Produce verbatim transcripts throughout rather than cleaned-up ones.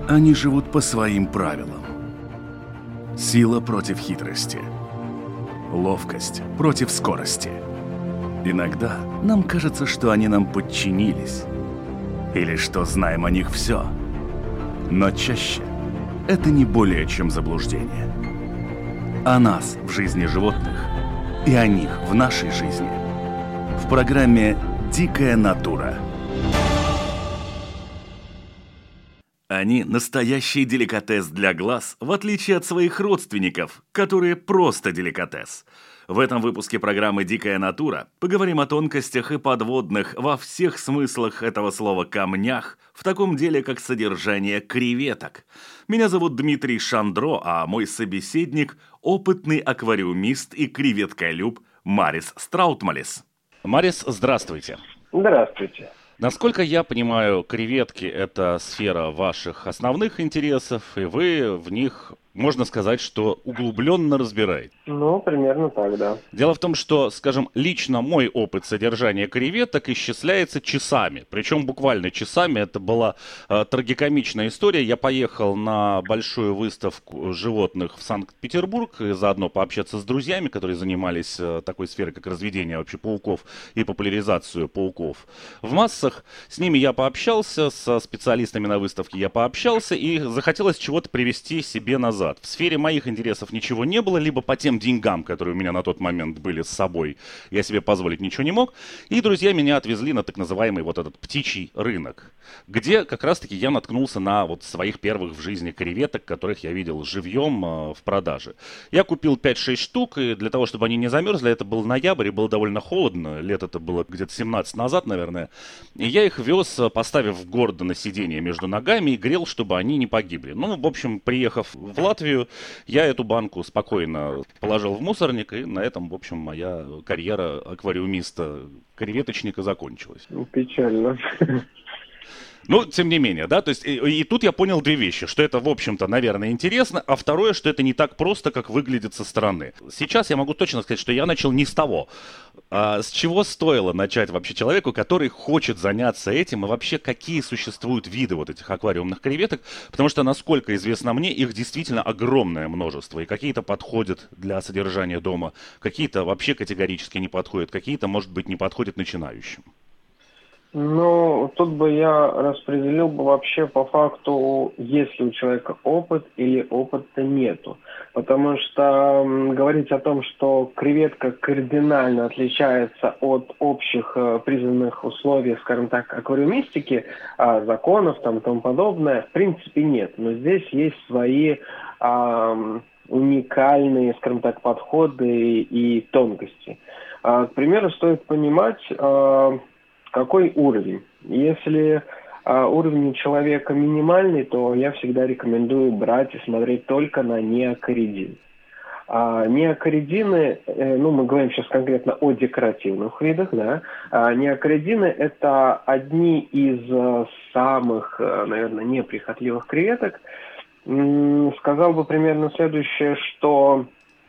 Они живут по своим правилам. Сила против хитрости. Ловкость против скорости. Иногда нам кажется, что они нам подчинились. Или что знаем о них все. Но чаще это не более чем заблуждение. О нас в жизни животных и о них в нашей жизни. В программе «Дикая натура». Они настоящий деликатес для глаз, в отличие от своих родственников, которые просто деликатес. В этом выпуске программы «Дикая натура» поговорим о тонкостях и подводных во всех смыслах этого слова камнях, в таком деле, как содержание креветок. Меня зовут Дмитрий Шандро, а мой собеседник – опытный аквариумист и креветколюб Марис Страутмалис. Марис, здравствуйте. Здравствуйте. Насколько я понимаю, креветки – это сфера ваших основных интересов, и вы в них, можно сказать, что углубленно разбираетесь. Ну, примерно так, да. Дело в том, что, скажем, лично мой опыт содержания креветок исчисляется часами. Причем буквально часами. Это была э, трагикомичная история. Я поехал на большую выставку животных в Санкт-Петербург и заодно пообщаться с друзьями, которые занимались э, такой сферой, как разведение вообще пауков и популяризацию пауков в массах. С ними я пообщался, со специалистами на выставке я пообщался, и захотелось чего-то привезти себе назад. В сфере моих интересов ничего не было, либо по тем деньгам, которые у меня на тот момент были с собой, я себе позволить ничего не мог. И друзья меня отвезли на так называемый вот этот птичий рынок, где как раз-таки я наткнулся на вот своих первых в жизни креветок, которых я видел живьем э, в продаже. Я купил пять-шесть штук, и для того, чтобы они не замерзли, это был ноябрь, и было довольно холодно, лет это было где-то семнадцать назад, наверное. И я их вез, поставив гордо на сиденье между ногами, и грел, чтобы они не погибли. Ну, в общем, приехав в Латвию, я эту банку спокойно положил в мусорник, и на этом, в общем, моя карьера аквариумиста, креветочника закончилась. Печально. Ну, тем не менее, да, то есть и, и тут я понял две вещи, что это, в общем-то, наверное, интересно, а второе, что это не так просто, как выглядит со стороны. Сейчас я могу точно сказать, что я начал не с того. А с чего стоило начать вообще человеку, который хочет заняться этим, и вообще какие существуют виды вот этих аквариумных креветок, потому что, насколько известно мне, их действительно огромное множество, и какие-то подходят для содержания дома, какие-то вообще категорически не подходят, какие-то, может быть, не подходят начинающим. Ну, тут бы я распределил бы вообще по факту, есть ли у человека опыт или опыта нету. Потому что м, говорить о том, что креветка кардинально отличается от общих э, признанных условий, скажем так, аквариумистики, э, законов там, и тому подобное, в принципе нет. Но здесь есть свои э, уникальные, скажем так, подходы и тонкости. Э, к примеру, стоит понимать... Э, Какой уровень? Если а, уровень человека минимальный, то я всегда рекомендую брать и смотреть только на неокоридин. А, неокоридины, э, ну мы говорим сейчас конкретно о декоративных видах, да. А, неокоридины – это одни из э, самых, э, наверное, неприхотливых креветок. М-м, сказал бы примерно следующее, что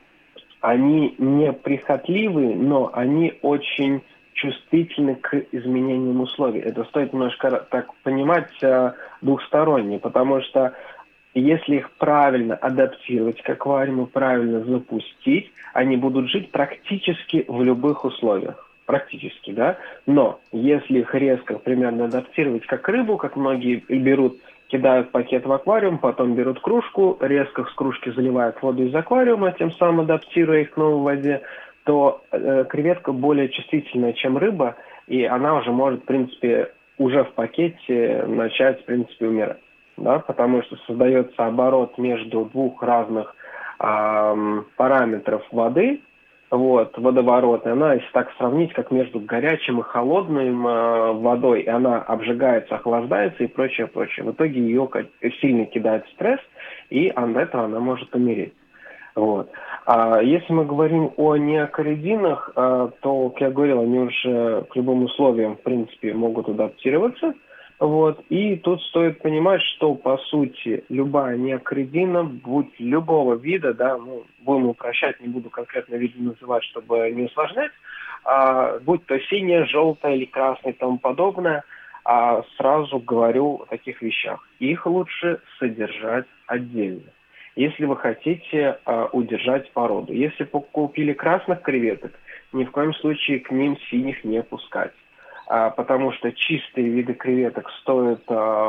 они неприхотливы, но они очень чувствительны к изменениям условий. Это стоит немножко так понимать э, двухсторонне, потому что если их правильно адаптировать к аквариуму, правильно запустить, они будут жить практически в любых условиях. Практически, да? Но если их резко примерно адаптировать как рыбу, как многие берут, кидают пакет в аквариум, потом берут кружку, резко с кружки заливают воду из аквариума, тем самым адаптируя их к новой воде, то э, креветка более чувствительная, чем рыба, и она уже может, в принципе, уже в пакете начать, в принципе, умирать. Да? Потому что создается оборот между двух разных э, параметров воды, вот, водоворот, и она, если так сравнить, как между горячим и холодным э, водой, и она обжигается, охлаждается и прочее, прочее. В итоге ее сильно кидает стресс, и от этого она может умереть. Вот. А если мы говорим о неокоридинах, то, как я говорил, они уже к любым условиям, в принципе, могут адаптироваться. Вот. И тут стоит понимать, что, по сути, любая неокоридина, будь любого вида, да, ну, будем упрощать, не буду конкретно виды называть, чтобы не усложнять, а, будь то синяя, желтая или красная и тому подобное, а, сразу говорю о таких вещах. Их лучше содержать отдельно, если вы хотите а, удержать породу. Если купили красных креветок, ни в коем случае к ним синих не пускать. А, потому что чистые виды креветок стоят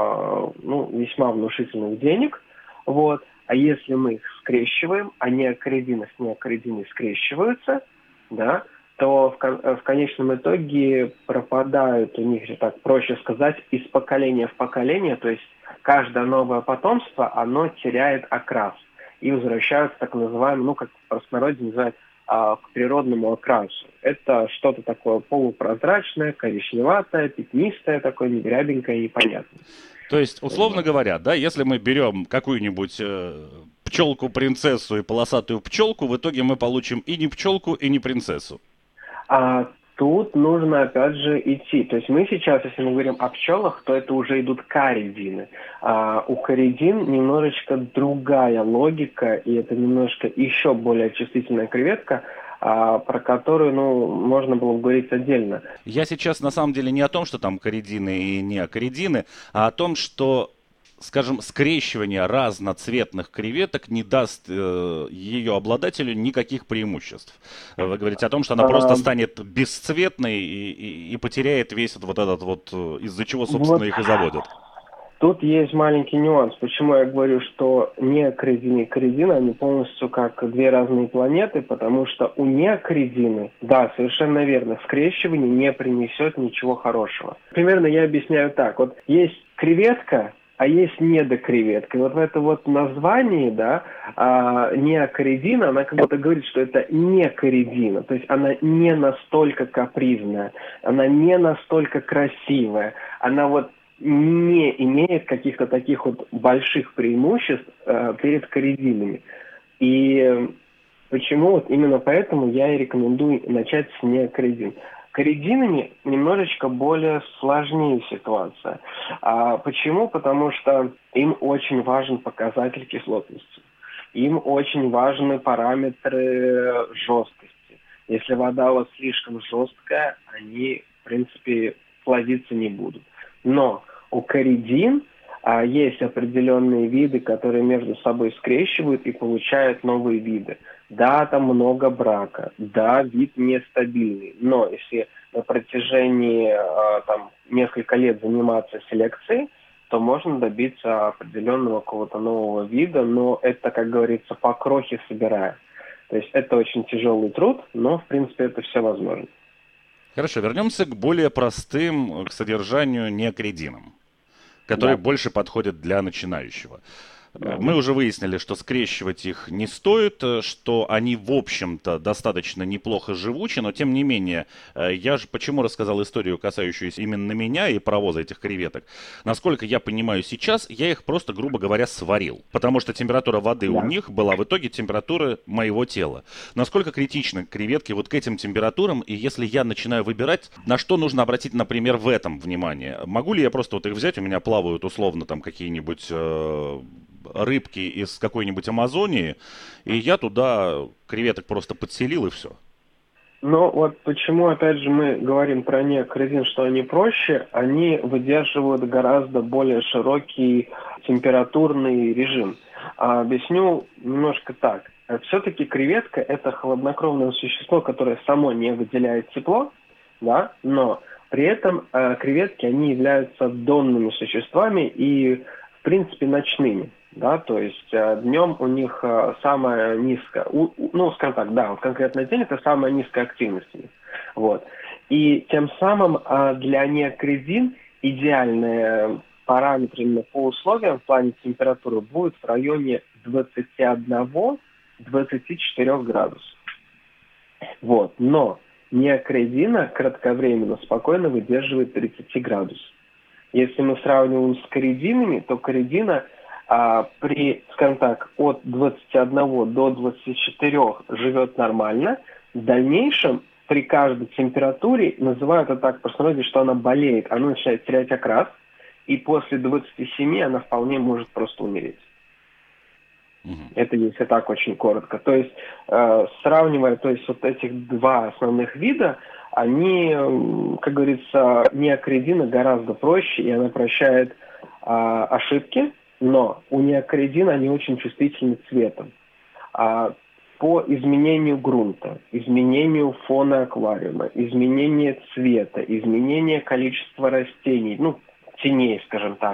а, ну, весьма внушительных денег. Вот. А если мы их скрещиваем, а неокоридины с неокоридиной скрещиваются, да, то в, в конечном итоге пропадают у них, так проще сказать, из поколения в поколение, то есть каждое новое потомство, оно теряет окрас и возвращается так называемый, ну, как в простонародье называют, а, к природному окрасу. Это что-то такое полупрозрачное, коричневатое, пятнистое, такое недрябенькое, непонятное. То есть, условно говоря, да, если мы берем какую-нибудь э, пчелку-принцессу и полосатую пчелку, в итоге мы получим и не пчелку, и не принцессу. А тут нужно, опять же, идти. То есть мы сейчас, если мы говорим о пчелах, то это уже идут каридины. А у каридин немножечко другая логика, и это немножко еще более чувствительная креветка, а, про которую, ну, можно было бы говорить отдельно. Я сейчас на самом деле не о том, что там каридины и не каридины, а о том, что, скажем, скрещивание разноцветных креветок не даст э, ее обладателю никаких преимуществ. Вы говорите о том, что она просто станет бесцветной и, и, и потеряет весь вот этот вот, из-за чего, собственно, вот. Их и заводят. Тут есть маленький нюанс. Почему я говорю, что неокоридины и коридины, они полностью как две разные планеты, потому что у неокоридины, да, совершенно верно, скрещивание не принесет ничего хорошего. Примерно я объясняю так. Вот есть креветка, а есть недокреветка. И вот в это вот названии, да, а, неокоридина, она как будто говорит, что это не коридина. То есть она не настолько капризная, она не настолько красивая, она вот не имеет каких-то таких вот больших преимуществ э, перед коридинами. И почему вот именно поэтому я и рекомендую начать с неокоридин. Коридинами немножечко более сложнее ситуация. А почему? Потому что им очень важен показатель кислотности. Им очень важны параметры жесткости. Если вода у вас слишком жесткая, они, в принципе, плодиться не будут. Но у коридин а, есть определенные виды, которые между собой скрещивают и получают новые виды. Да, там много брака, да, вид нестабильный, но если на протяжении а, там, несколько лет заниматься селекцией, то можно добиться определенного какого-то нового вида, но это, как говорится, по крохе собирая. То есть это очень тяжелый труд, но, в принципе, это все возможно. Хорошо, вернемся к более простым, к содержанию неокоридинам, которые да. больше подходят для начинающего. Да. Мы уже выяснили, что скрещивать их не стоит, что они, в общем-то, достаточно неплохо живучи, но, тем не менее, я же почему рассказал историю, касающуюся именно меня и паровоза этих креветок. Насколько я понимаю сейчас, я их просто, грубо говоря, сварил, потому что температура воды да. у них была в итоге температура моего тела. Насколько критичны креветки вот к этим температурам, и если я начинаю выбирать, на что нужно обратить, например, в этом внимание? Могу ли я просто вот их взять, у меня плавают условно там какие-нибудь... Э- рыбки из какой-нибудь Амазонии, и я туда креветок просто подселил, и все. Ну, вот почему, опять же, мы говорим про неокоридин, что они проще, они выдерживают гораздо более широкий температурный режим. А объясню немножко так. Все-таки креветка – это хладнокровное существо, которое само не выделяет тепло, да, но при этом э, креветки, они являются донными существами и, в принципе, ночными. Да, то есть э, днем у них э, самая низкая, у, ну, скажем так, да, вот конкретно день это самая низкая активность у них. Вот. И тем самым э, для неокоридин идеальные параметры по условиям в плане температуры будут в районе двадцати одного - двадцати четырёх градусов. Вот. Но неокоридина кратковременно спокойно выдерживает тридцать градусов. Если мы сравниваем с коридинами, то коридина А при, скажем так, от двадцати одного до двадцати четырёх живет нормально. В дальнейшем при каждой температуре, называют это так простонародье, что она болеет, она начинает терять окрас, и после двадцати семи она вполне может просто умереть. Угу. Это если так очень коротко. То есть, э, сравнивая то есть, вот этих два основных вида, они, как говорится, неокридина гораздо проще, и она прощает а, ошибки, но у неокридина они очень чувствительны цветом. А, по изменению грунта, изменению фона аквариума, изменению цвета, изменению количества растений, ну, теней, скажем так,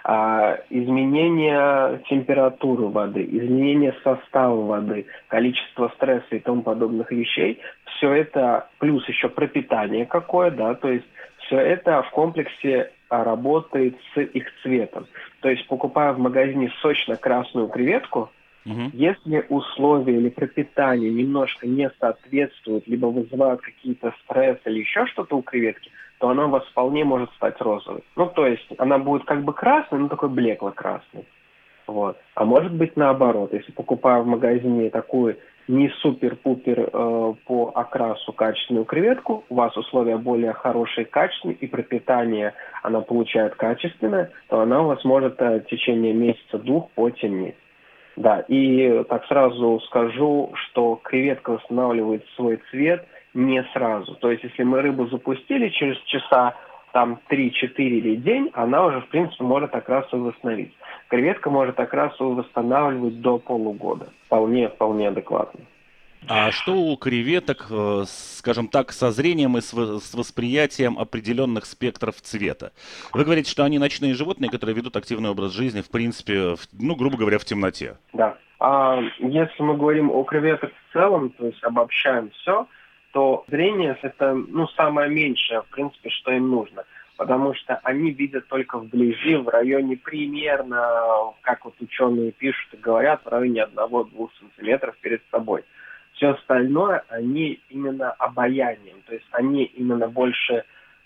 а, изменение температуры воды, изменение состава воды, количество стресса и тому подобных вещей, все это, плюс еще пропитание какое, да, то есть все это в комплексе работает с их цветом. То есть, покупая в магазине сочно-красную креветку, Мгм. если условия или пропитание немножко не соответствуют, либо вызывают какие-то стрессы или еще что-то у креветки, то она у вас вполне может стать розовой. Ну, то есть она будет как бы красной, но такой блекло-красной. Вот. А может быть наоборот, если покупаю в магазине такую не супер-пупер э, по окрасу качественную креветку, у вас условия более хорошие, качественные, и пропитание она получает качественное, то она у вас может э, в течение месяца-двух потемнеть. Да, и так сразу скажу, что креветка восстанавливает свой цвет не сразу. То есть, если мы рыбу запустили, через часа там три-четыре или день, она уже, в принципе, может окрас свой восстановить. Креветка может окрас свой восстанавливать до полугода. Вполне, вполне адекватно. А что у креветок, э, скажем так, со зрением и с во- с восприятием определенных спектров цвета? Вы говорите, что они ночные животные, которые ведут активный образ жизни, в принципе, в- ну, грубо говоря, в темноте. Да. А если мы говорим о креветках в целом, то есть обобщаем все, то зрение– это ну, самое меньшее, в принципе, что им нужно. Потому что они видят только вблизи, в районе примерно, как вот ученые пишут и говорят, в районе одного-двух сантиметров перед собой. Все остальное они именно обаянием, то есть они именно больше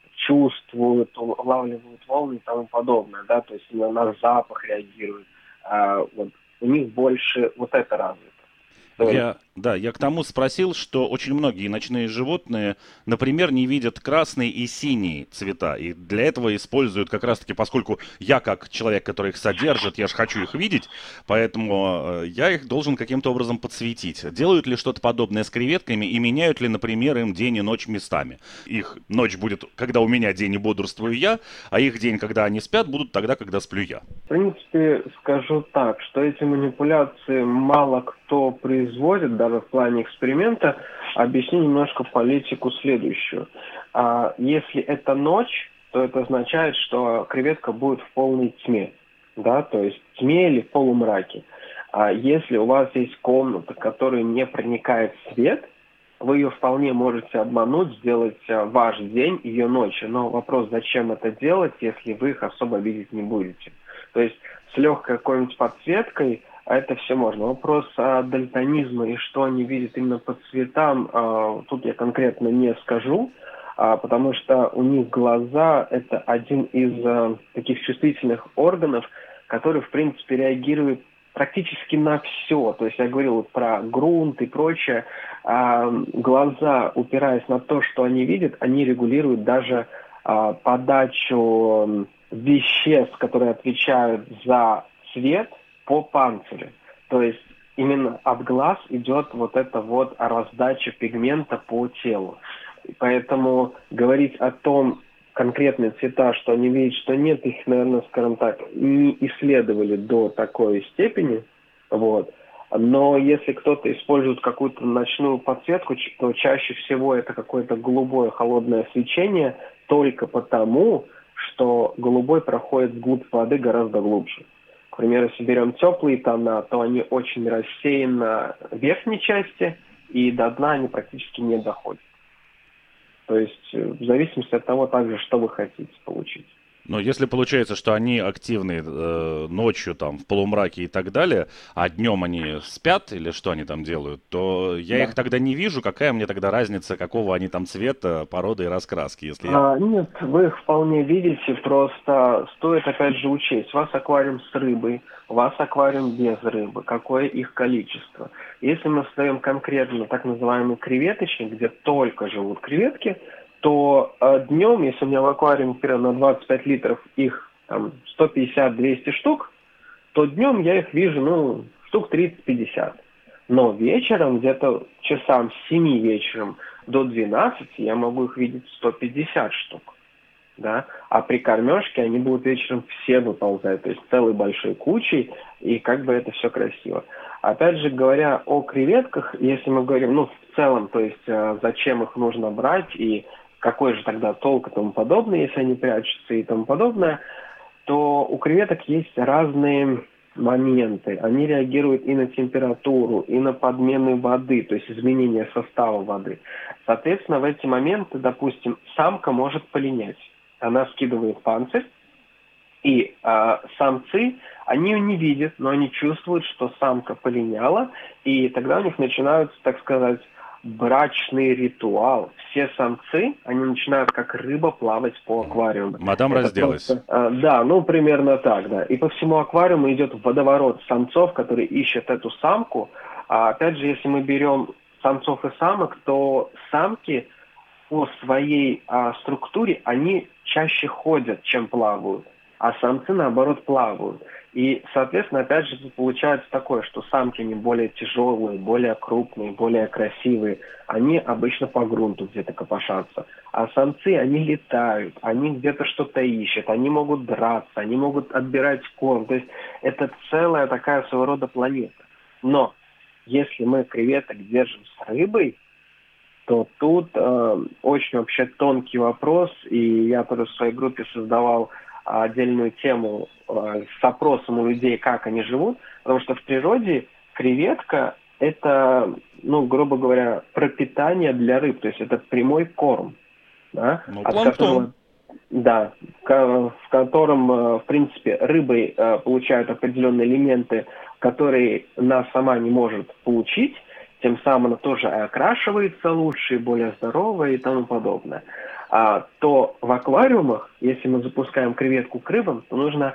чувствуют, улавливают волны и тому подобное, да, то есть именно на запах реагируют. А, вот у них больше вот это развито. То есть, Я, да, я к тому спросил, что очень многие ночные животные, например, не видят красный и синий цвета, и для этого используют как раз-таки, поскольку я как человек, который их содержит, я же хочу их видеть, поэтому э, я их должен каким-то образом подсветить. Делают ли что-то подобное с креветками и меняют ли, например, им день и ночь местами? Их ночь будет, когда у меня день и бодрствую я, а их день, когда они спят, будут тогда, когда сплю я. в принципе, скажу так, что эти манипуляции мало кто производит, даже в плане эксперимента. Объясню немножко политику следующую. А, если это ночь, то это означает, что креветка будет в полной тьме, да, то есть в тьме или в полумраке. А если у вас есть комната, в которую не проникает свет, вы ее вполне можете обмануть, сделать э, ваш день ее ночью. Но вопрос, зачем это делать, если вы их особо видеть не будете. То есть с легкой какой-нибудь подсветкой это все можно. Вопрос о дальтонизме и что они видят именно по цветам, э, тут я конкретно не скажу, а, потому что у них глаза– это один из э, таких чувствительных органов, который, в принципе, реагирует практически на все. То есть я говорил вот про грунт и прочее. А, глаза, упираясь на то, что они видят, они регулируют даже а, подачу веществ, которые отвечают за цвет по панцирю. То есть именно от глаз идет вот эта вот раздача пигмента по телу. Поэтому говорить о том, конкретные цвета, что они видят, что нет, их, наверное, скажем так, не исследовали до такой степени. Вот. Но если кто-то использует какую-то ночную подсветку, то чаще всего это какое-то голубое холодное свечение только потому, что голубой проходит вглубь воды гораздо глубже. К примеру, если берем теплые тона, то они очень рассеяны в верхней части, и до дна они практически не доходят. То есть в зависимости от того также, что вы хотите получить. Но если получается, что они активны э, ночью, там, в полумраке и так далее, а днем они спят или что они там делают, то я их Да. тогда не вижу. Какая мне тогда разница, какого они там цвета, породы и раскраски, если я... А, нет, вы их вполне видите, просто стоит опять же учесть. У вас аквариум с рыбой, у вас аквариум без рыбы, какое их количество. Если мы создаем конкретно так называемый креветочник, где только живут креветки, то э, днем, если у меня в аквариуме, например, на двадцать пять литров их там, сто пятьдесят - двести штук, то днем я их вижу, ну, штук тридцать - пятьдесят. Но вечером, где-то часам с семи вечером, до двенадцати я могу их видеть сто пятьдесят штук. Да? А при кормежке они будут вечером все выползать, то есть целой большой кучей, и как бы это все красиво. Опять же, говоря о креветках, если мы говорим, ну, в целом, то есть э, зачем их нужно брать и какой же тогда толк и тому подобное, если они прячутся и тому подобное, то у креветок есть разные моменты. Они реагируют и на температуру, и на подмену воды, то есть изменение состава воды. Соответственно, в эти моменты, допустим, самка может полинять. Она скидывает панцирь, и э, самцы, они ее не видят, но они чувствуют, что самка полиняла, и тогда у них начинается, так сказать, брачный ритуал. Все самцы, они начинают как рыба плавать по аквариуму. Мадам, Это разделась. просто, э, да, ну примерно так, да. И по всему аквариуму идет водоворот самцов, которые ищут эту самку. А опять же, если мы берем самцов и самок, то самки по своей а, структуре, они чаще ходят, чем плавают, а самцы, наоборот, плавают. И, соответственно, опять же, получается такое, что самки, они более тяжелые, более крупные, более красивые. Они обычно по грунту где-то копошатся. А самцы, они летают, они где-то что-то ищут, они могут драться, они могут отбирать корм. То есть это целая такая своего рода планета. Но если мы креветок держим с рыбой, то тут э, очень вообще тонкий вопрос, и я тоже в своей группе создавал отдельную тему э, с опросом у людей, как они живут, потому что в природе креветка – это, ну, грубо говоря, пропитание для рыб, то есть это прямой корм, да, Ну, от планктон. которого, да, в котором, в принципе, рыбы э, получают определенные элементы, которые она сама не может получить, тем самым она тоже окрашивается лучше, более здоровая и тому подобное. А, то в аквариумах, если мы запускаем креветку к рыбам, то нужно,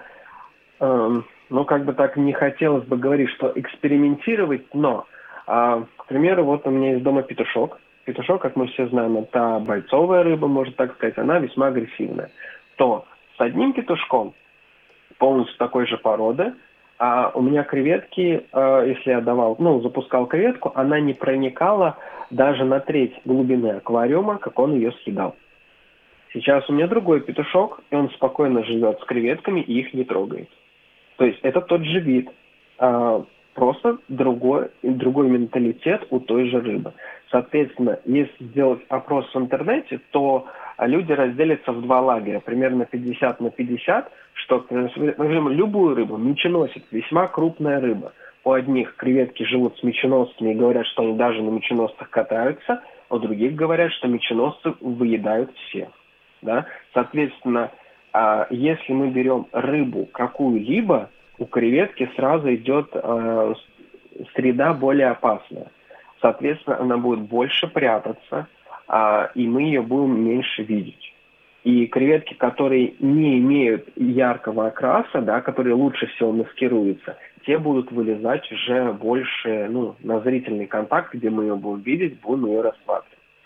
эм, ну, как бы так не хотелось бы говорить, что экспериментировать, но, а, к примеру, вот у меня есть дома петушок. Петушок, как мы все знаем, это бойцовая рыба, можно так сказать, она весьма агрессивная. То с одним петушком, полностью такой же породы, а у меня креветки, э, если я давал, ну, запускал креветку, она не проникала даже на треть глубины аквариума, как он ее съедал. Сейчас у меня другой петушок, и он спокойно живет с креветками и их не трогает. То есть это тот же вид, а, просто другой, другой менталитет у той же рыбы. Соответственно, если сделать опрос в интернете, то люди разделятся в два лагеря, примерно пятьдесят на пятьдесят, что, например, любую рыбу, меченосец, весьма крупная рыба. У одних креветки живут с меченосцами и говорят, что они даже на меченосцах катаются, а у других говорят, что меченосцы выедают всех. Да? Соответственно, если мы берем рыбу какую-либо, у креветки сразу идет э, среда более опасная. Соответственно, она будет больше прятаться, э, и мы ее будем меньше видеть. И креветки, которые не имеют яркого окраса, да, которые лучше всего маскируются, те будут вылезать уже больше, ну, на зрительный контакт, где мы ее будем видеть, будем ее рассматривать.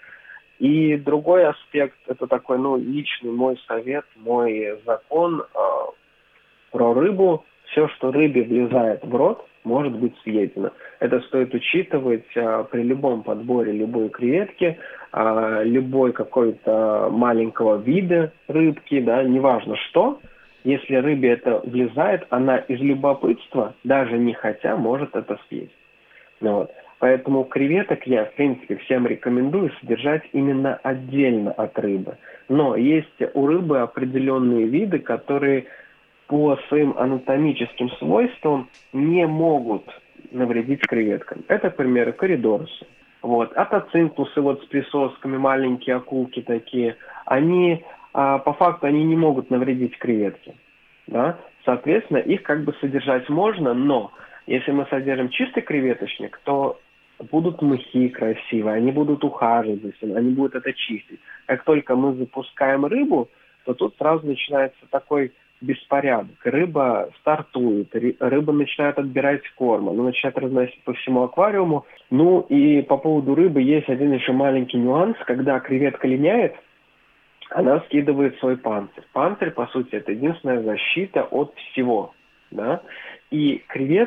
И другой аспект, это такой, ну, личный мой совет, мой закон э, про рыбу. Все, что рыбе влезает в рот, может быть съедено. Это стоит учитывать э, при любом подборе любой креветки, э, любой какой-то маленького вида рыбки, да, неважно что. Если рыбе это влезает, она из любопытства, даже не хотя, может это съесть. Вот. Поэтому креветок я, в принципе, всем рекомендую содержать именно отдельно от рыбы. Но есть у рыбы определенные виды, которые по своим анатомическим свойствам не могут навредить креветкам. Это, к примеру, коридорусы. Вот. Атоцинкусы вот с присосками, маленькие акулки такие, они, а, по факту, они не могут навредить креветке. Да? Соответственно, их как бы содержать можно, но если мы содержим чистый креветочник, то будут мыхи красивые, они будут ухаживать за всем, они будут это чистить. Как только мы запускаем рыбу, то тут сразу начинается такой беспорядок. Рыба стартует, рыба начинает отбирать корм, она начинает разносить по всему аквариуму. Ну и по поводу рыбы есть один еще маленький нюанс. Когда креветка линяет, она скидывает свой панцирь. Панцирь, по сути, это единственная защита от всего. Да? И креветка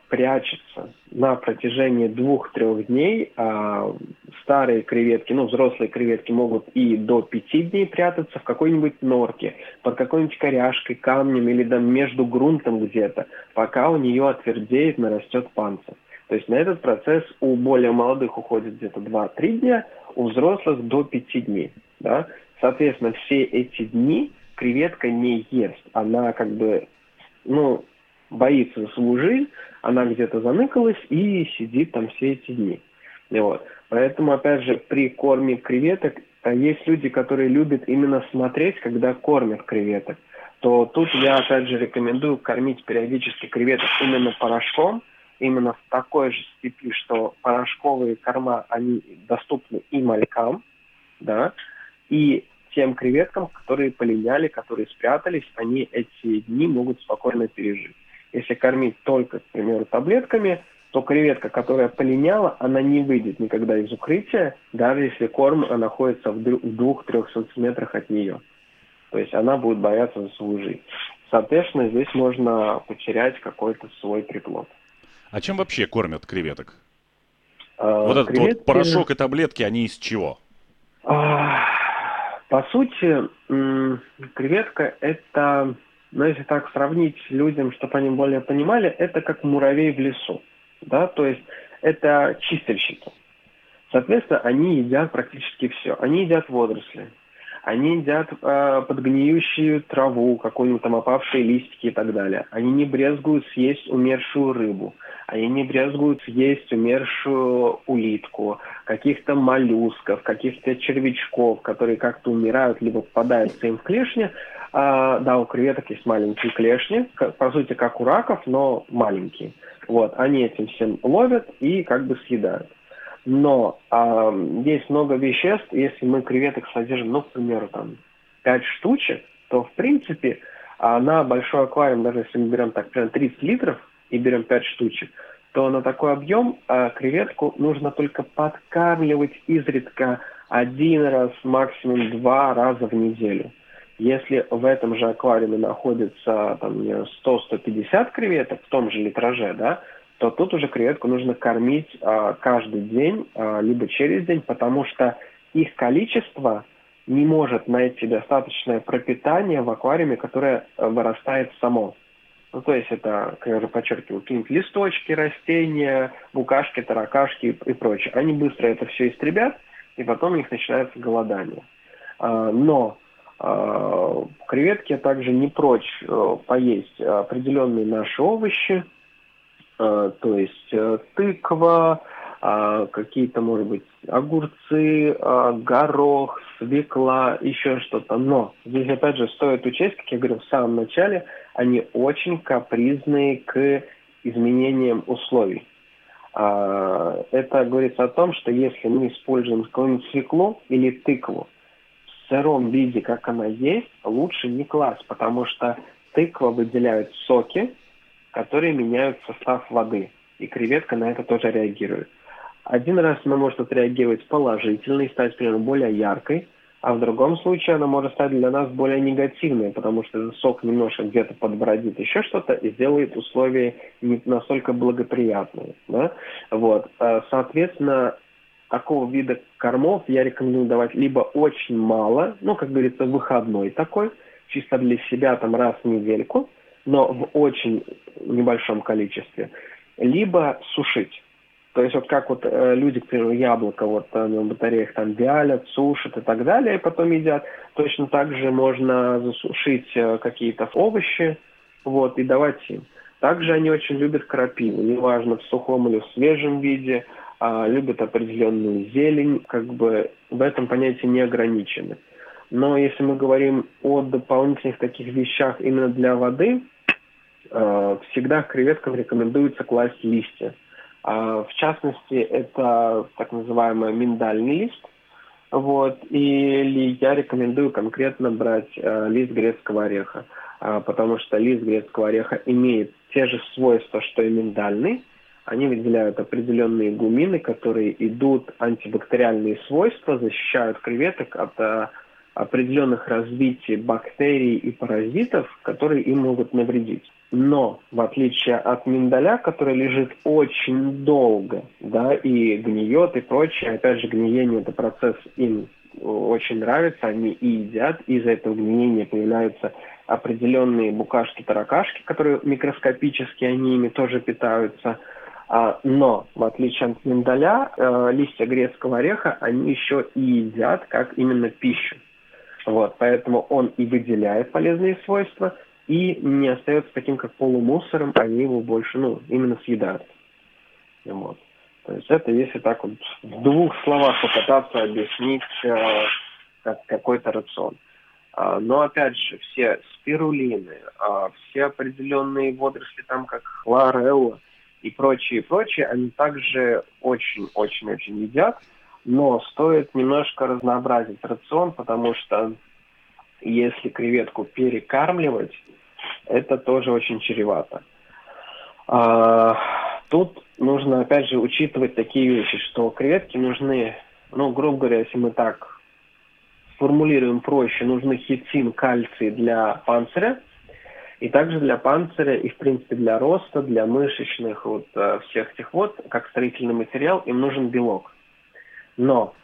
прячется на протяжении двух-трех дней. А старые креветки, ну, взрослые креветки могут и до пяти дней прятаться в какой-нибудь норке, под какой-нибудь коряжкой, камнем или там между грунтом где-то, пока у нее отвердеет, нарастет панцирь. То есть на этот процесс у более молодых уходит где-то два-три дня, у взрослых до пяти дней. Да? Соответственно, все эти дни креветка не ест. Она как бы, ну, боится за свою жизнь, она где-то заныкалась и сидит там все эти дни. И вот. Поэтому, опять же, при корме креветок есть люди, которые любят именно смотреть, когда кормят креветок. То тут я, опять же, рекомендую кормить периодически креветок именно порошком, именно в такой же степи, что порошковые корма, они доступны и малькам, да, и тем креветкам, которые полиняли, которые спрятались, они эти дни могут спокойно пережить. Если кормить только, к примеру, таблетками, то креветка, которая полиняла, она не выйдет никогда из укрытия, даже если корм находится в двух-трех сантиметрах от нее. То есть она будет бояться за свою жизнь. Соответственно, здесь можно потерять какой-то свой приплод. А чем вообще кормят креветок? А, вот этот креветки... вот порошок и таблетки, они из чего? А, по сути, м- креветка это, ну, если так сравнить людям, чтобы они более понимали, это как муравей в лесу. Да? То есть это чистильщики. Соответственно, они едят практически все. Они едят водоросли. Они едят э, подгниющую траву, какую-нибудь там опавшие листики и так далее. Они не брезгуют съесть умершую рыбу. Они не брезгуют съесть умершую улитку, каких-то моллюсков, каких-то червячков, которые как-то умирают, либо попадаются им в клешни. А, да, у креветок есть маленькие клешни, по сути, как у раков, но маленькие. Вот, они этим всем ловят и как бы съедают. Но а, есть много веществ, если мы креветок содержим, ну, к примеру, там, пять штучек, то, в принципе, а на большой аквариум, даже если мы берем так, примерно тридцать литров и берем пять штучек, то на такой объем а, креветку нужно только подкармливать изредка один раз, максимум два раза в неделю. Если в этом же аквариуме находится там сто-сто пятьдесят креветок в том же литраже, да, то тут уже креветку нужно кормить а, каждый день, а, либо через день, потому что их количество не может найти достаточное пропитание в аквариуме, которое а, вырастает само. Ну, то есть это, как я уже подчеркиваю, какие-нибудь листочки, растения, букашки, таракашки и, и прочее. Они быстро это все истребят, и потом у них начинается голодание. А, но а, креветки также не прочь а, поесть определенные наши овощи, Uh, то есть uh, тыква, uh, какие-то, может быть, огурцы, uh, горох, свекла, еще что-то. Но здесь, опять же, стоит учесть, как я говорил в самом начале, они очень капризные к изменениям условий. Uh, это говорится о том, что если мы используем какую-нибудь свеклу или тыкву в сыром виде, как она есть, лучше не класть, потому что тыква выделяет соки, которые меняют состав воды. И креветка на это тоже реагирует. Один раз она может отреагировать положительно и стать, примерно, более яркой, а в другом случае она может стать для нас более негативной, потому что этот сок немножко где-то подбродит еще что-то и сделает условия не настолько благоприятные. Да? Вот. Соответственно, такого вида кормов я рекомендую давать либо очень мало, ну, как говорится, выходной такой, чисто для себя там раз в недельку, но в очень небольшом количестве, либо сушить. То есть вот как вот э, люди, к примеру, яблоко вот на батареях там вялят, сушат и так далее, и потом едят, точно так же можно засушить э, какие-то овощи, вот, и давать им. Также они очень любят крапиву, неважно в сухом или в свежем виде, э, любят определенную зелень, как бы в этом понятии не ограничены. Но если мы говорим о дополнительных таких вещах именно для воды, всегда к креветкам рекомендуется класть листья. В частности, это так называемый миндальный лист. Вот, или я рекомендую конкретно брать лист грецкого ореха, потому что лист грецкого ореха имеет те же свойства, что и миндальный. Они выделяют определенные гумины, которые идут антибактериальные свойства, защищают креветок от определенных развитий бактерий и паразитов, которые им могут навредить. Но, в отличие от миндаля, который лежит очень долго, да, и гниет, и прочее, опять же, гниение – это процесс, им очень нравится, они и едят, и из-за этого гниения появляются определенные букашки-таракашки, которые микроскопически, они ими тоже питаются. А, но, в отличие от миндаля, э, листья грецкого ореха, они еще и едят как именно пищу. Вот, поэтому он и выделяет полезные свойства, и не остается таким, как полумусором, они его больше, ну, именно съедают. Вот. То есть это, если так вот в двух словах попытаться объяснить э, как, какой-то рацион. А, но опять же, все спирулины, а, все определенные водоросли, там как хлорелла и прочие, прочие, они также очень-очень-очень едят, но стоит немножко разнообразить рацион, потому что если креветку перекармливать, это тоже очень чревато. А, тут нужно, опять же, учитывать такие вещи, что креветки нужны, ну, грубо говоря, если мы так сформулируем проще, нужны хитин, кальций для панциря, и также для панциря, и, в принципе, для роста, для мышечных, вот, всех этих вот, как строительный материал, им нужен белок. Но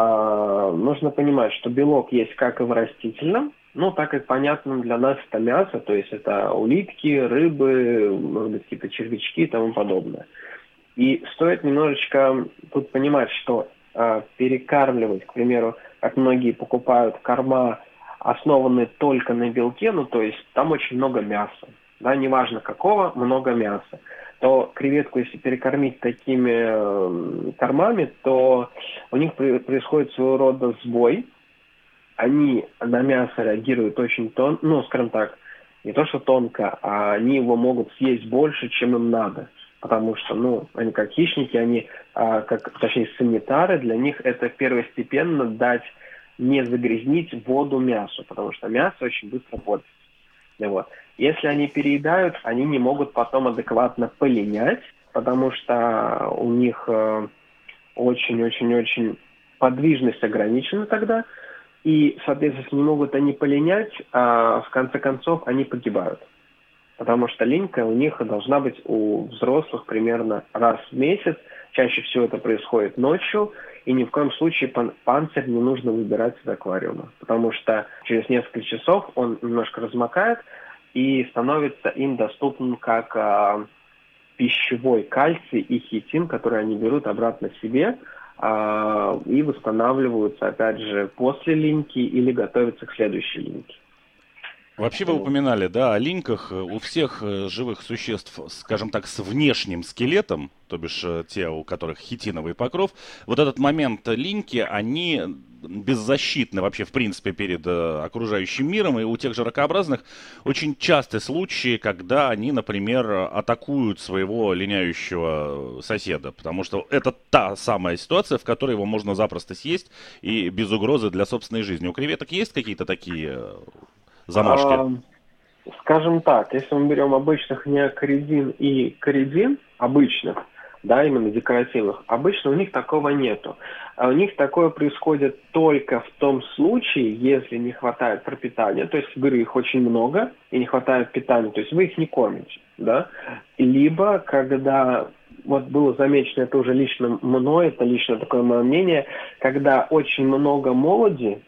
э, нужно понимать, что белок есть как и в растительном, ну, так и понятным для нас это мясо, то есть это улитки, рыбы, может быть, какие-то червячки и тому подобное. И стоит немножечко тут понимать, что э, перекармливать, к примеру, как многие покупают корма, основанные только на белке, ну, то есть там очень много мяса, да, неважно какого, много мяса, то креветку, если перекормить такими э, кормами, то у них при, происходит своего рода сбой. Они на мясо реагируют очень тонко, ну, скажем так, не то что тонко, а они его могут съесть больше, чем им надо. Потому что, ну, они как хищники, они, а, как, точнее, санитары, для них это первостепенно дать, не загрязнить воду мясу, потому что мясо очень быстро портится. Вот. Если они переедают, они не могут потом адекватно полинять, потому что у них э, очень-очень-очень подвижность ограничена тогда, и, соответственно, если не могут они полинять, а в конце концов они погибают. Потому что линька у них должна быть у взрослых примерно раз в месяц. Чаще всего это происходит ночью, и ни в коем случае пан- панцирь не нужно выбирать из аквариума, потому что через несколько часов он немножко размокает и становится им доступным как а, пищевой кальций и хитин, который они берут обратно себе а, и восстанавливаются, опять же, после линьки или готовятся к следующей линьке. Вообще вы упоминали, да, о линьках. У всех э, живых существ, скажем так, с внешним скелетом, то бишь э, те, у которых хитиновый покров, вот этот момент линьки, они беззащитны вообще, в принципе, перед э, окружающим миром. И у тех же ракообразных очень частые случаи, когда они, например, атакуют своего линяющего соседа. Потому что это та самая ситуация, в которой его можно запросто съесть и без угрозы для собственной жизни. У креветок есть какие-то такие замашки? А, скажем так, если мы берем обычных неокоридин и коридин, обычных, да, именно декоративных, обычно у них такого нету. А у них такое происходит только в том случае, если не хватает пропитания, то есть, говорю, их очень много и не хватает питания, то есть вы их не кормите, да, либо когда, вот было замечено, это уже лично мной, это лично такое мое мнение, когда очень много молоди,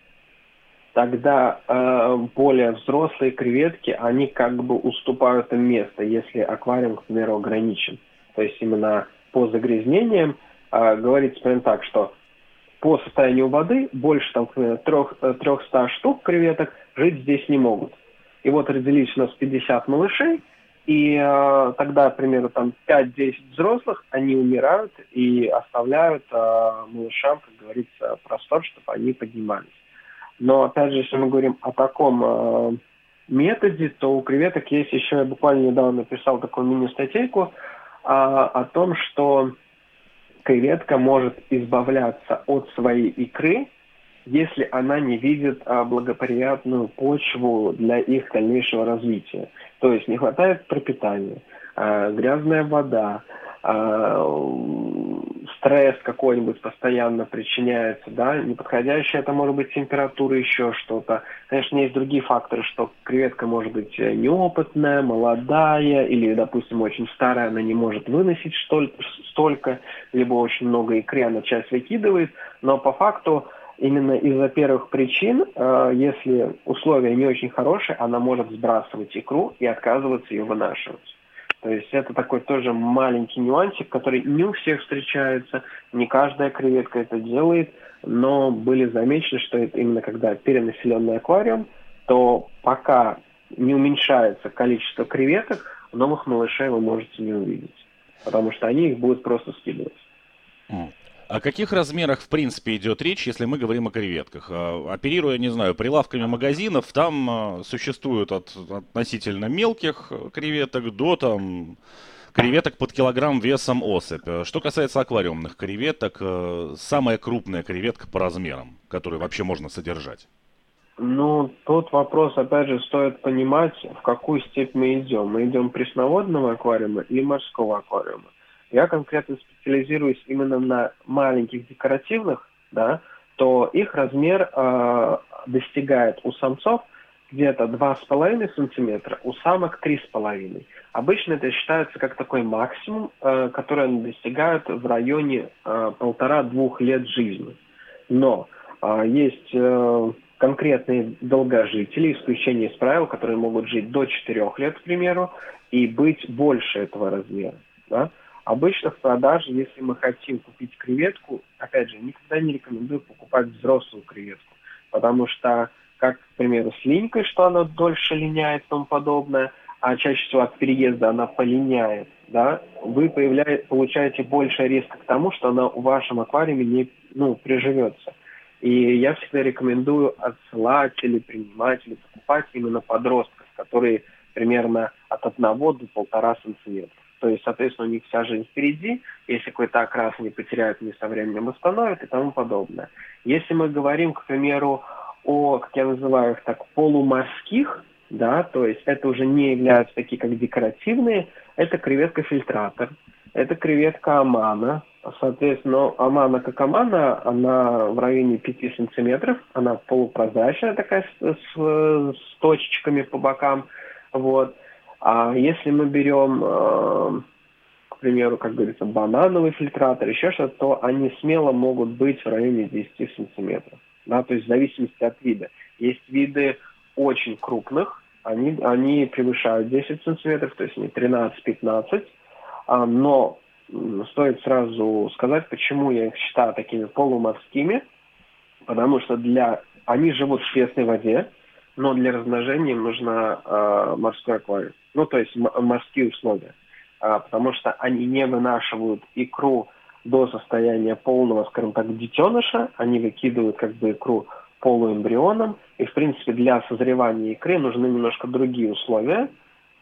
тогда э, более взрослые креветки, они как бы уступают им место, если аквариум, к примеру, ограничен. То есть именно по загрязнениям э, говорится прям так, что по состоянию воды больше там, к примеру, трехсот штук креветок жить здесь не могут. И вот родились у нас пятьдесят малышей, и э, тогда, к примеру, там пять-десять взрослых, они умирают и оставляют э, малышам, как говорится, простор, чтобы они поднимались. Но, опять же, если мы говорим о таком э, методе, то у креветок есть еще, я буквально недавно написал такую мини-статейку э, о том, что креветка может избавляться от своей икры, если она не видит э, благоприятную почву для их дальнейшего развития. То есть не хватает пропитания, э, грязная вода, э, стресс какой-нибудь постоянно причиняется, да, неподходящая это может быть температура, еще что-то. Конечно, есть другие факторы, что креветка может быть неопытная, молодая или, допустим, очень старая, она не может выносить столько, либо очень много икры, она часть выкидывает, но по факту именно из-за первых причин, если условия не очень хорошие, она может сбрасывать икру и отказываться ее вынашивать. То есть это такой тоже маленький нюансик, который не у всех встречается, не каждая креветка это делает, но были замечены, что это именно когда перенаселенный аквариум, то пока не уменьшается количество креветок, новых малышей вы можете не увидеть, потому что они их будут просто скидывать. О каких размерах, в принципе, идет речь, если мы говорим о креветках? Оперируя, не знаю, прилавками магазинов, там существуют от относительно мелких креветок до там креветок под килограмм весом особь. Что касается аквариумных креветок, самая крупная креветка по размерам, которую вообще можно содержать? Ну, тут вопрос, опять же, стоит понимать, в какую степь мы идем. Мы идем пресноводного аквариума или морского аквариума. Я конкретно специализируюсь именно на маленьких декоративных, да, то их размер э, достигает у самцов где-то два с половиной сантиметра, у самок три с половиной. Обычно это считается как такой максимум, э, который они достигают в районе э, полтора-двух лет жизни. Но э, есть э, конкретные долгожители, исключения из правил, которые могут жить до четырех лет, к примеру, и быть больше этого размера. Да? Обычно в продаже, если мы хотим купить креветку, опять же, никогда не рекомендую покупать взрослую креветку, потому что, как, к примеру, с линькой, что она дольше линяет и тому подобное, а чаще всего от переезда она полиняет, да, вы появляете, получаете больше риска к тому, что она в вашем аквариуме не, ну, приживется. И я всегда рекомендую отсылать или принимать, или покупать именно подростков, которые примерно от одного до полтора сантиметра. То есть, соответственно, у них вся жизнь впереди. Если какой-то окрас они потеряют, они со временем восстановят и тому подобное. Если мы говорим, к примеру, о, как я называю их так, полуморских, да, то есть это уже не являются такие, как декоративные, это креветка-фильтратор, это креветка амана. Соответственно, амана как амана, она в районе пяти сантиметров, она полупрозрачная такая с, с, с точечками по бокам, вот. А если мы берем, э, к примеру, как говорится, банановый фильтратор, еще что-то, то они смело могут быть в районе десяти сантиметров. Да, то есть в зависимости от вида. Есть виды очень крупных, они, они превышают десять сантиметров, то есть они тринадцать-пятнадцать, а, но стоит сразу сказать, почему я их считаю такими полуморскими, потому что для они живут в пресной воде, но для размножения им нужно э, морской аквариум. Ну, то есть м- морские условия. А, потому что они не вынашивают икру до состояния полного, скажем так, детеныша. Они выкидывают как бы икру полуэмбрионом. И, в принципе, для созревания икры нужны немножко другие условия.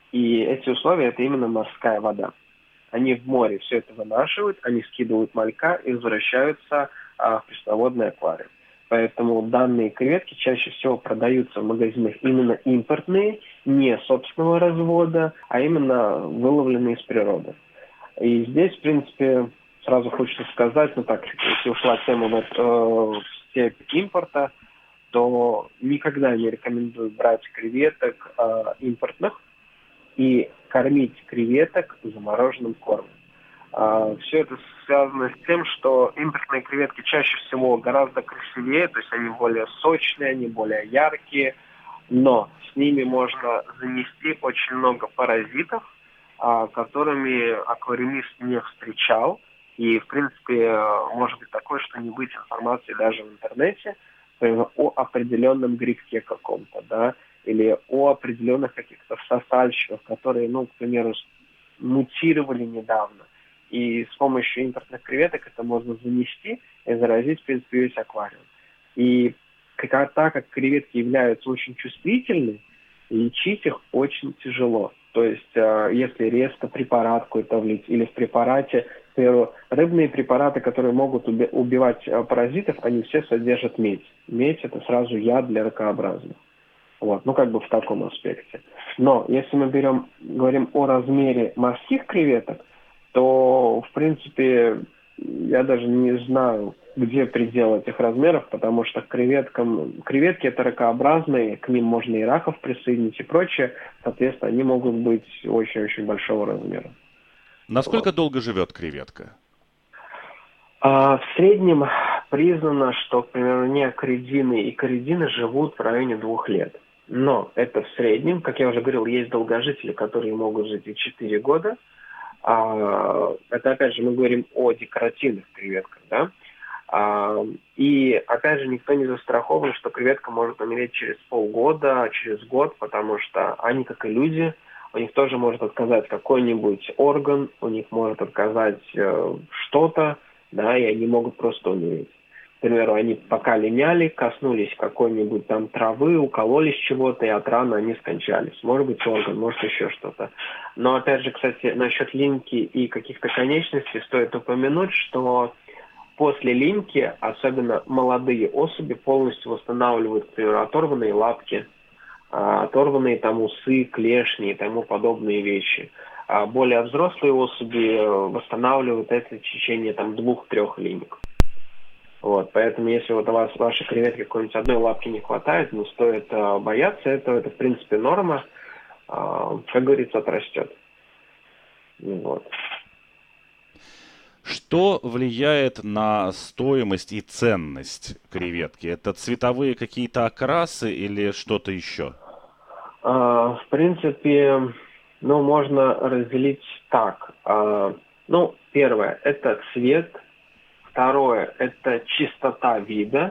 И эти условия – это именно морская вода. Они в море все это вынашивают, они скидывают малька и возвращаются а, в пресноводный аквариум. Поэтому данные креветки чаще всего продаются в магазинах именно импортные, не собственного развода, а именно выловленные из природы. И здесь, в принципе, сразу хочется сказать, ну так, если ушла тема вот, э, в степь импорта, то никогда не рекомендую брать креветок э, импортных и кормить креветок замороженным кормом. Все это связано с тем, что импортные креветки чаще всего гораздо красивее, то есть они более сочные, они более яркие, но с ними можно занести очень много паразитов, которыми аквариумист не встречал. И, в принципе, может быть такое, что не быть информации даже в интернете о определенном грибке каком-то, да, или о определенных каких-то сосальщиках, которые, ну, к примеру, мутировали недавно. И с помощью импортных креветок это можно занести и заразить, в принципе, весь аквариум. И как, так как креветки являются очень чувствительны, лечить их очень тяжело. То есть, э, если резко препарат какой-то влить, или в препарате, к примеру, рыбные препараты, которые могут уби- убивать э, паразитов, они все содержат медь. Медь – это сразу яд для ракообразных. Вот, ну как бы в таком аспекте. Но если мы берем, говорим о размере морских креветок, то, в принципе, я даже не знаю, где предел этих размеров, потому что к креветкам, креветки это ракообразные, к ним можно и раков присоединить и прочее, соответственно, они могут быть очень-очень большого размера. Насколько Вот. долго живет креветка? А в среднем признано, что, к примеру, неокоридины и коридины живут в районе двух лет. Но это в среднем, как я уже говорил, есть долгожители, которые могут жить и четыре года. А, это, опять же, мы говорим о декоративных креветках, да? А, и, опять же, никто не застрахован, что креветка может умереть через полгода, через год, потому что они, как и люди, у них тоже может отказать какой-нибудь орган, у них может отказать э, что-то, да, и они могут просто умереть. К примеру, они пока линяли, коснулись какой-нибудь там травы, укололись чего-то, и от раны они скончались. Может быть, орган, может, еще что-то. Но, опять же, кстати, насчет линьки и каких-то конечностей стоит упомянуть, что после линьки, особенно молодые особи, полностью восстанавливают, к примеру, оторванные лапки, оторванные там усы, клешни и тому подобные вещи. А более взрослые особи восстанавливают это в течение там двух-трех линьок. Вот, поэтому если вот у вас в вашей креветке какой-нибудь одной лапки не хватает, не стоит а, бояться этого, это в принципе норма, а, как говорится, отрастет. Вот. Что влияет на стоимость и ценность креветки? Это цветовые какие-то окрасы или что-то еще? А, в принципе, ну, можно разделить так. А, ну, первое – это цвет. Второе – это чистота вида.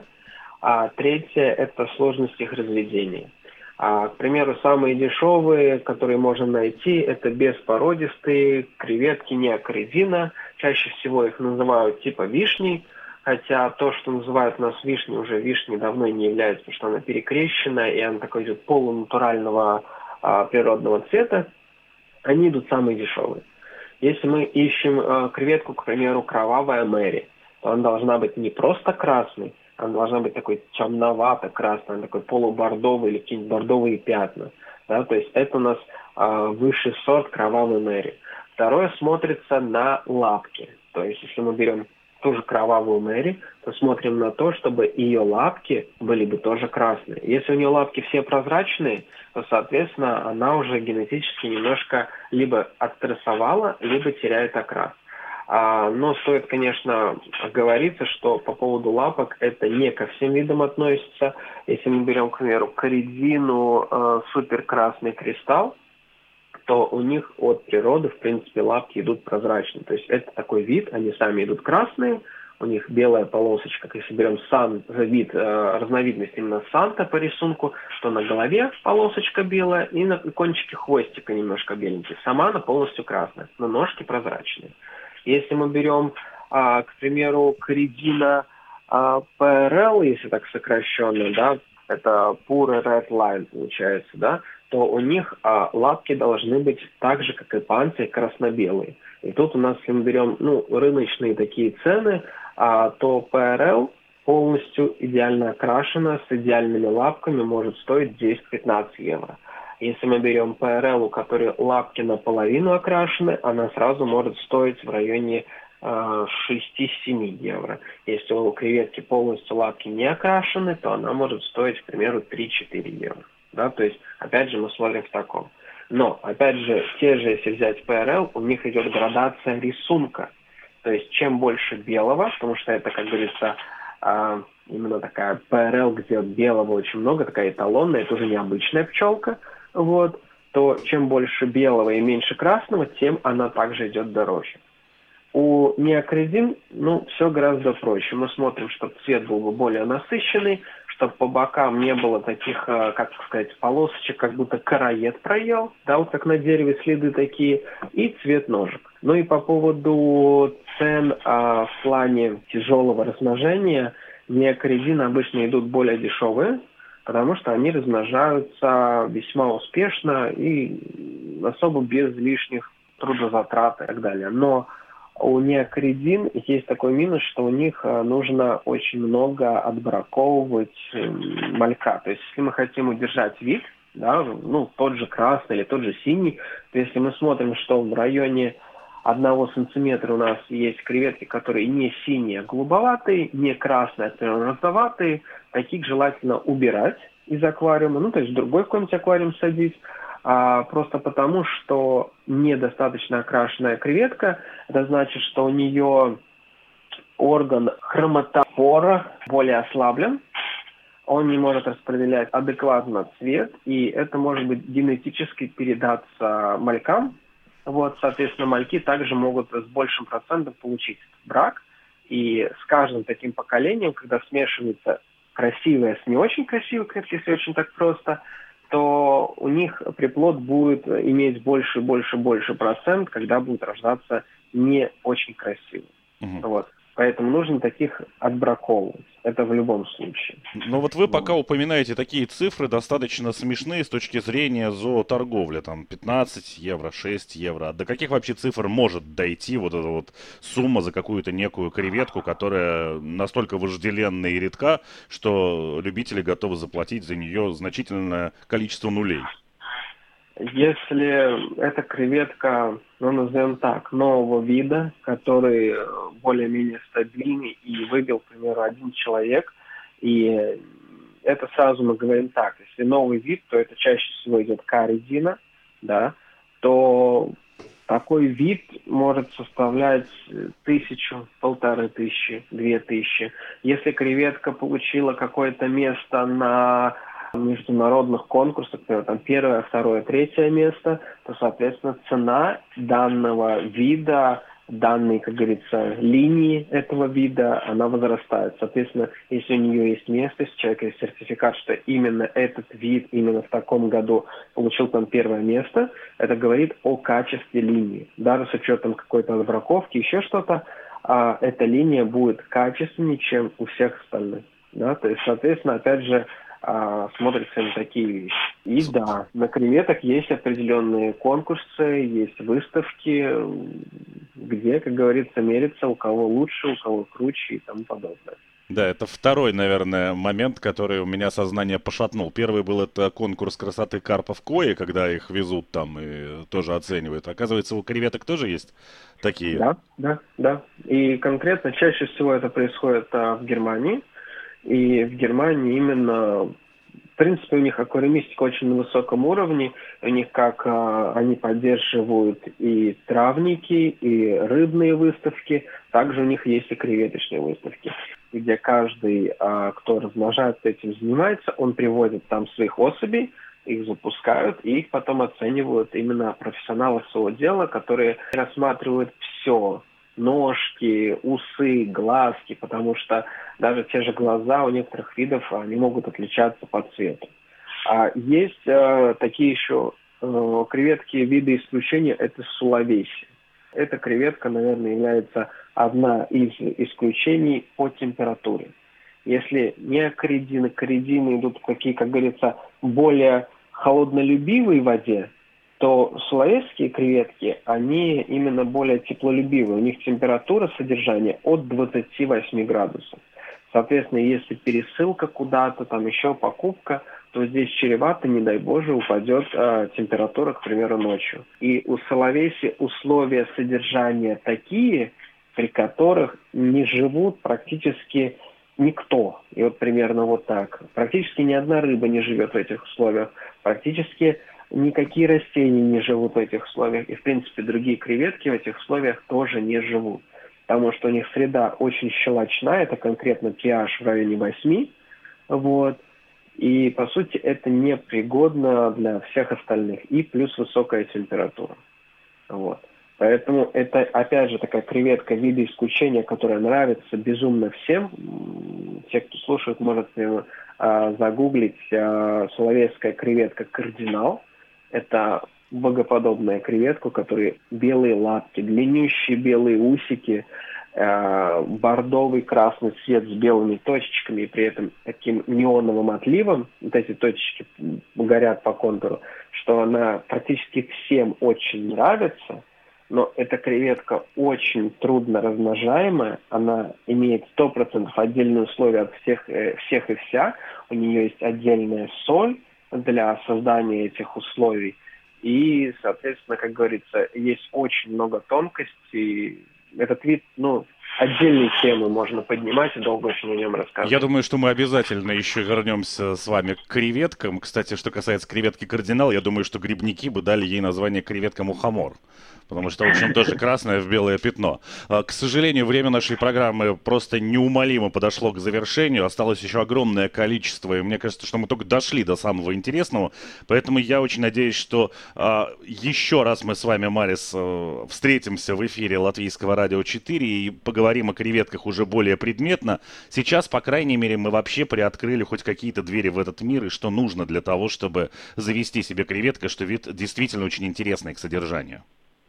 А третье – это сложность их разведения. А, к примеру, самые дешевые, которые можно найти, это беспородистые креветки неокоридина. Чаще всего их называют типа вишней, хотя то, что называют у нас вишней, уже вишней давно не является, потому что она перекрещена, и она такой идет полунатурального а, природного цвета. Они идут самые дешевые. Если мы ищем а, креветку, к примеру, кровавая Мэри, то она должна быть не просто красной, она должна быть такой темновато-красной, такой полубордовый или какие-нибудь бордовые пятна. Да? То есть это у нас э, высший сорт кровавой Мэри. Второе смотрится на лапки. То есть если мы берем ту же кровавую Мэри, то смотрим на то, чтобы ее лапки были бы тоже красные. Если у нее лапки все прозрачные, то, соответственно, она уже генетически немножко либо отстрессовала, либо теряет окрас. А, но стоит, конечно, оговориться, что по поводу лапок это не ко всем видам относится. Если мы берем, к примеру, коридину э, суперкрасный кристалл, то у них от природы, в принципе, лапки идут прозрачные. То есть это такой вид, они сами идут красные, у них белая полосочка. Если берем сан, вид, э, разновидность именно санта по рисунку, то на голове полосочка белая и на кончике хвостика немножко беленький. Сама она полностью красная, но ножки прозрачные. Если мы берем, а, к примеру, коридина а, пи ар эл, если так сокращенно, да, это Pure Red Line получается, да, то у них а, лапки должны быть так же, как и панцирь, красно-белые. И тут у нас, если мы берем ну, рыночные такие цены, а, то пи ар эл полностью идеально окрашена, с идеальными лапками, может стоить десять-пятнадцать евро. Если мы берем пи ар эл, у которой лапки наполовину окрашены, она сразу может стоить в районе э, шесть-семь евро. Если у креветки полностью лапки не окрашены, то она может стоить, к примеру, три-четыре евро. Да? То есть, опять же, мы смотрим в таком. Но, опять же, те же, если взять пи ар эл, у них идет градация рисунка. То есть, чем больше белого, потому что это, как говорится, э, именно такая пи ар эл, где белого очень много, такая эталонная, это уже необычная пчелка, вот, то чем больше белого и меньше красного, тем она также идет дороже. У неокоридин, ну, все гораздо проще. Мы смотрим, чтобы цвет был бы более насыщенный, чтобы по бокам не было таких, как сказать, полосочек, как будто короед проел, да, вот как на дереве следы такие, и цвет ножек. Ну и по поводу цен а, в плане тяжелого размножения, неокоридины обычно идут более дешевые, потому что они размножаются весьма успешно и особо без лишних трудозатрат и так далее. Но у неокоридин есть такой минус, что у них нужно очень много отбраковывать малька. То есть, если мы хотим удержать вид, да, ну, тот же красный или тот же синий, то если мы смотрим, что в районе одного сантиметра у нас есть креветки, которые не синие, а голубоватые, не красные, а розоватые. Таких желательно убирать из аквариума, ну, то есть в другой какой-нибудь аквариум садить. А, просто потому, что недостаточно окрашенная креветка, это значит, что у нее орган хроматофора более ослаблен, он не может распределять адекватно цвет, и это может быть генетически передаться малькам. Вот, соответственно, мальки также могут с большим процентом получить брак, и с каждым таким поколением, когда смешивается красивое с не очень красивой креветкой, если очень так просто, то у них приплод будет иметь больше, больше, больше процент, когда будет рождаться не очень красивый. Мгм. Вот. Поэтому нужно таких отбраковывать. Это в любом случае. Но вот вы пока Вот. упоминаете такие цифры достаточно смешные с точки зрения зооторговли. Там пятнадцать евро, шесть евро. А до каких вообще цифр может дойти вот эта вот сумма за какую-то некую креветку, которая настолько вожделенна и редка, что любители готовы заплатить за нее значительное количество нулей? Если эта креветка, ну, назовем так, нового вида, который э, более-менее стабильный и выбил, к примеру, один человек, и это сразу мы говорим так, если новый вид, то это чаще всего идет К-резина, да, то такой вид может составлять тысячу, полторы тысячи, две тысячи. Если креветка получила какое-то место на международных конкурсах, например, там первое, второе, третье место, то, соответственно, цена данного вида, данной, как говорится, линии этого вида, она возрастает. Соответственно, если у нее есть место, если у человека есть сертификат, что именно этот вид именно в таком году получил там первое место, это говорит о качестве линии. Даже с учетом какой-то отбраковки, еще что-то, а, эта линия будет качественнее, чем у всех остальных. Да? То есть, соответственно, опять же, а, смотрятся на такие вещи. И да, на креветок есть определенные конкурсы, есть выставки, где, как говорится, мерится, у кого лучше, у кого круче и тому подобное. Да, это второй, наверное, момент, который у меня сознание пошатнул. Первый был это конкурс красоты карпов кои, когда их везут там и тоже оценивают. Оказывается, у креветок тоже есть такие. Да, да, да. И конкретно чаще всего это происходит а, в Германии. И в Германии именно, в принципе, у них аквариумистика очень на высоком уровне. У них как а, они поддерживают и травники, и рыбные выставки. Также у них есть и креветочные выставки, где каждый, а, кто размножается, этим занимается, он приводит там своих особей, их запускают, и их потом оценивают именно профессионалы своего дела, которые рассматривают все. Ножки, усы, глазки, потому что даже те же глаза у некоторых видов, они могут отличаться по цвету. А есть э, такие еще э, креветки, виды исключения, это сулавеси. Эта креветка, наверное, является одна из исключений по температуре. Если не коридины, коридины идут в какие, как говорится, более холоднолюбивой воде, то сулавесские креветки, они именно более теплолюбивые. У них температура содержания от двадцати восьми градусов. Соответственно, если пересылка куда-то, там еще покупка, то здесь чревато, не дай боже, упадет э, температура, к примеру, ночью. И у сулавеси условия содержания такие, при которых не живут практически никто. И вот примерно вот так. Практически ни одна рыба не живет в этих условиях. Практически никакие растения не живут в этих условиях. И, в принципе, другие креветки в этих условиях тоже не живут. Потому что у них среда очень щелочная, это конкретно pH в районе восьми. Вот. И, по сути, это непригодно для всех остальных. И плюс высокая температура. Вот. Поэтому это, опять же, такая креветка вида исключения, которая нравится безумно всем. Те, кто слушает, может загуглить сулавесская креветка кардинал. Это богоподобная креветка, у которой белые лапки, длиннющие белые усики, э, бордовый красный цвет с белыми точечками и при этом таким неоновым отливом. Вот эти точечки горят по контуру, что она практически всем очень нравится. Но эта креветка очень трудно размножаемая, она имеет сто процентов отдельные условия от всех, э, всех и вся. У нее есть отдельная соль для создания этих условий. и, соответственно, как говорится, есть очень много тонкостей. Этот вид, ну, отдельные темы можно поднимать и долго очень о нем рассказывать. Я думаю, что мы обязательно еще вернемся с вами к креветкам. Кстати, что касается креветки кардинал, я думаю, что грибники бы дали ей название креветка-мухомор. Потому что очень тоже красное в белое пятно. К сожалению, время нашей программы просто неумолимо подошло к завершению. Осталось еще огромное количество. И мне кажется, что мы только дошли до самого интересного. Поэтому я очень надеюсь, что а, еще раз мы с вами, Марис, а, встретимся в эфире Латвийского радио четыре и поговорим о креветках уже более предметно. Сейчас, по крайней мере, мы вообще приоткрыли хоть какие-то двери в этот мир и что нужно для того, чтобы завести себе креветка, что вид действительно очень интересный к содержанию.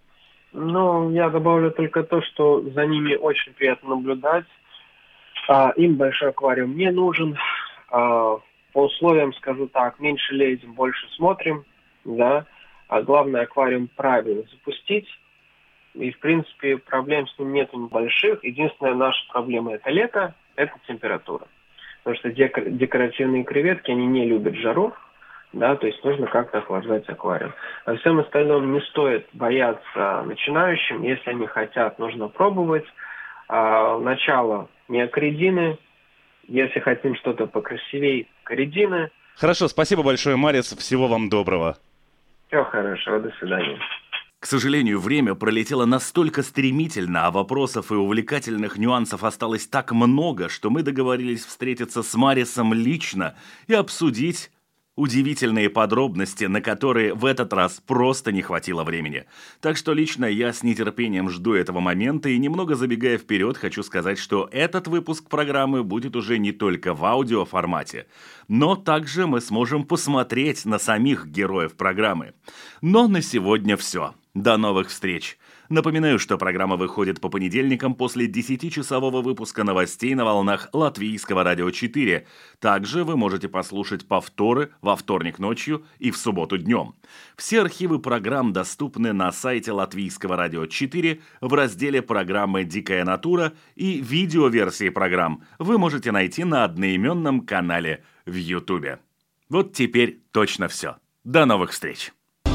Ну, я добавлю только то, что за ними очень приятно наблюдать. А, им большой аквариум не нужен. А, по условиям скажу так, меньше лезем, больше смотрим, да. А главное, аквариум правильно запустить. И, в принципе, проблем с ним нет больших. Единственная наша проблема – это лето, это температура. Потому что декор- декоративные креветки, они не любят жару. Да, то есть нужно как-то охлаждать аквариум. Во всем остальном не стоит бояться начинающим. Если они хотят, нужно пробовать. А, начало миокорридины. Если хотим что-то покрасивее, корридины. Хорошо, спасибо большое, Марис. Всего вам доброго. Всего хорошего, до свидания. К сожалению, время пролетело настолько стремительно, а вопросов и увлекательных нюансов осталось так много, что мы договорились встретиться с Марисом лично и обсудить удивительные подробности, на которые в этот раз просто не хватило времени. Так что лично я с нетерпением жду этого момента и, немного забегая вперед, хочу сказать, что этот выпуск программы будет уже не только в аудиоформате, но также мы сможем посмотреть на самих героев программы. Но на сегодня все. До новых встреч! Напоминаю, что программа выходит по понедельникам после десятичасового выпуска новостей на волнах Латвийского радио четыре. Также вы можете послушать повторы во вторник ночью и в субботу днем. Все архивы программ доступны на сайте Латвийского радио четыре в разделе программы «Дикая натура», и видеоверсии программ вы можете найти на одноименном канале в Ютубе. Вот теперь точно все. До новых встреч!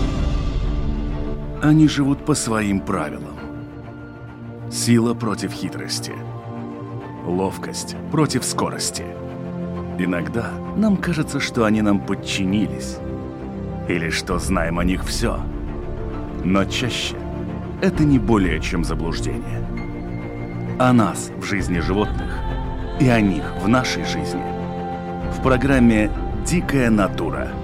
Они живут по своим правилам. Сила против хитрости. Ловкость против скорости. Иногда нам кажется, что они нам подчинились. Или что знаем о них все. Но чаще это не более чем заблуждение. О нас в жизни животных и о них в нашей жизни. В программе «Дикая натура».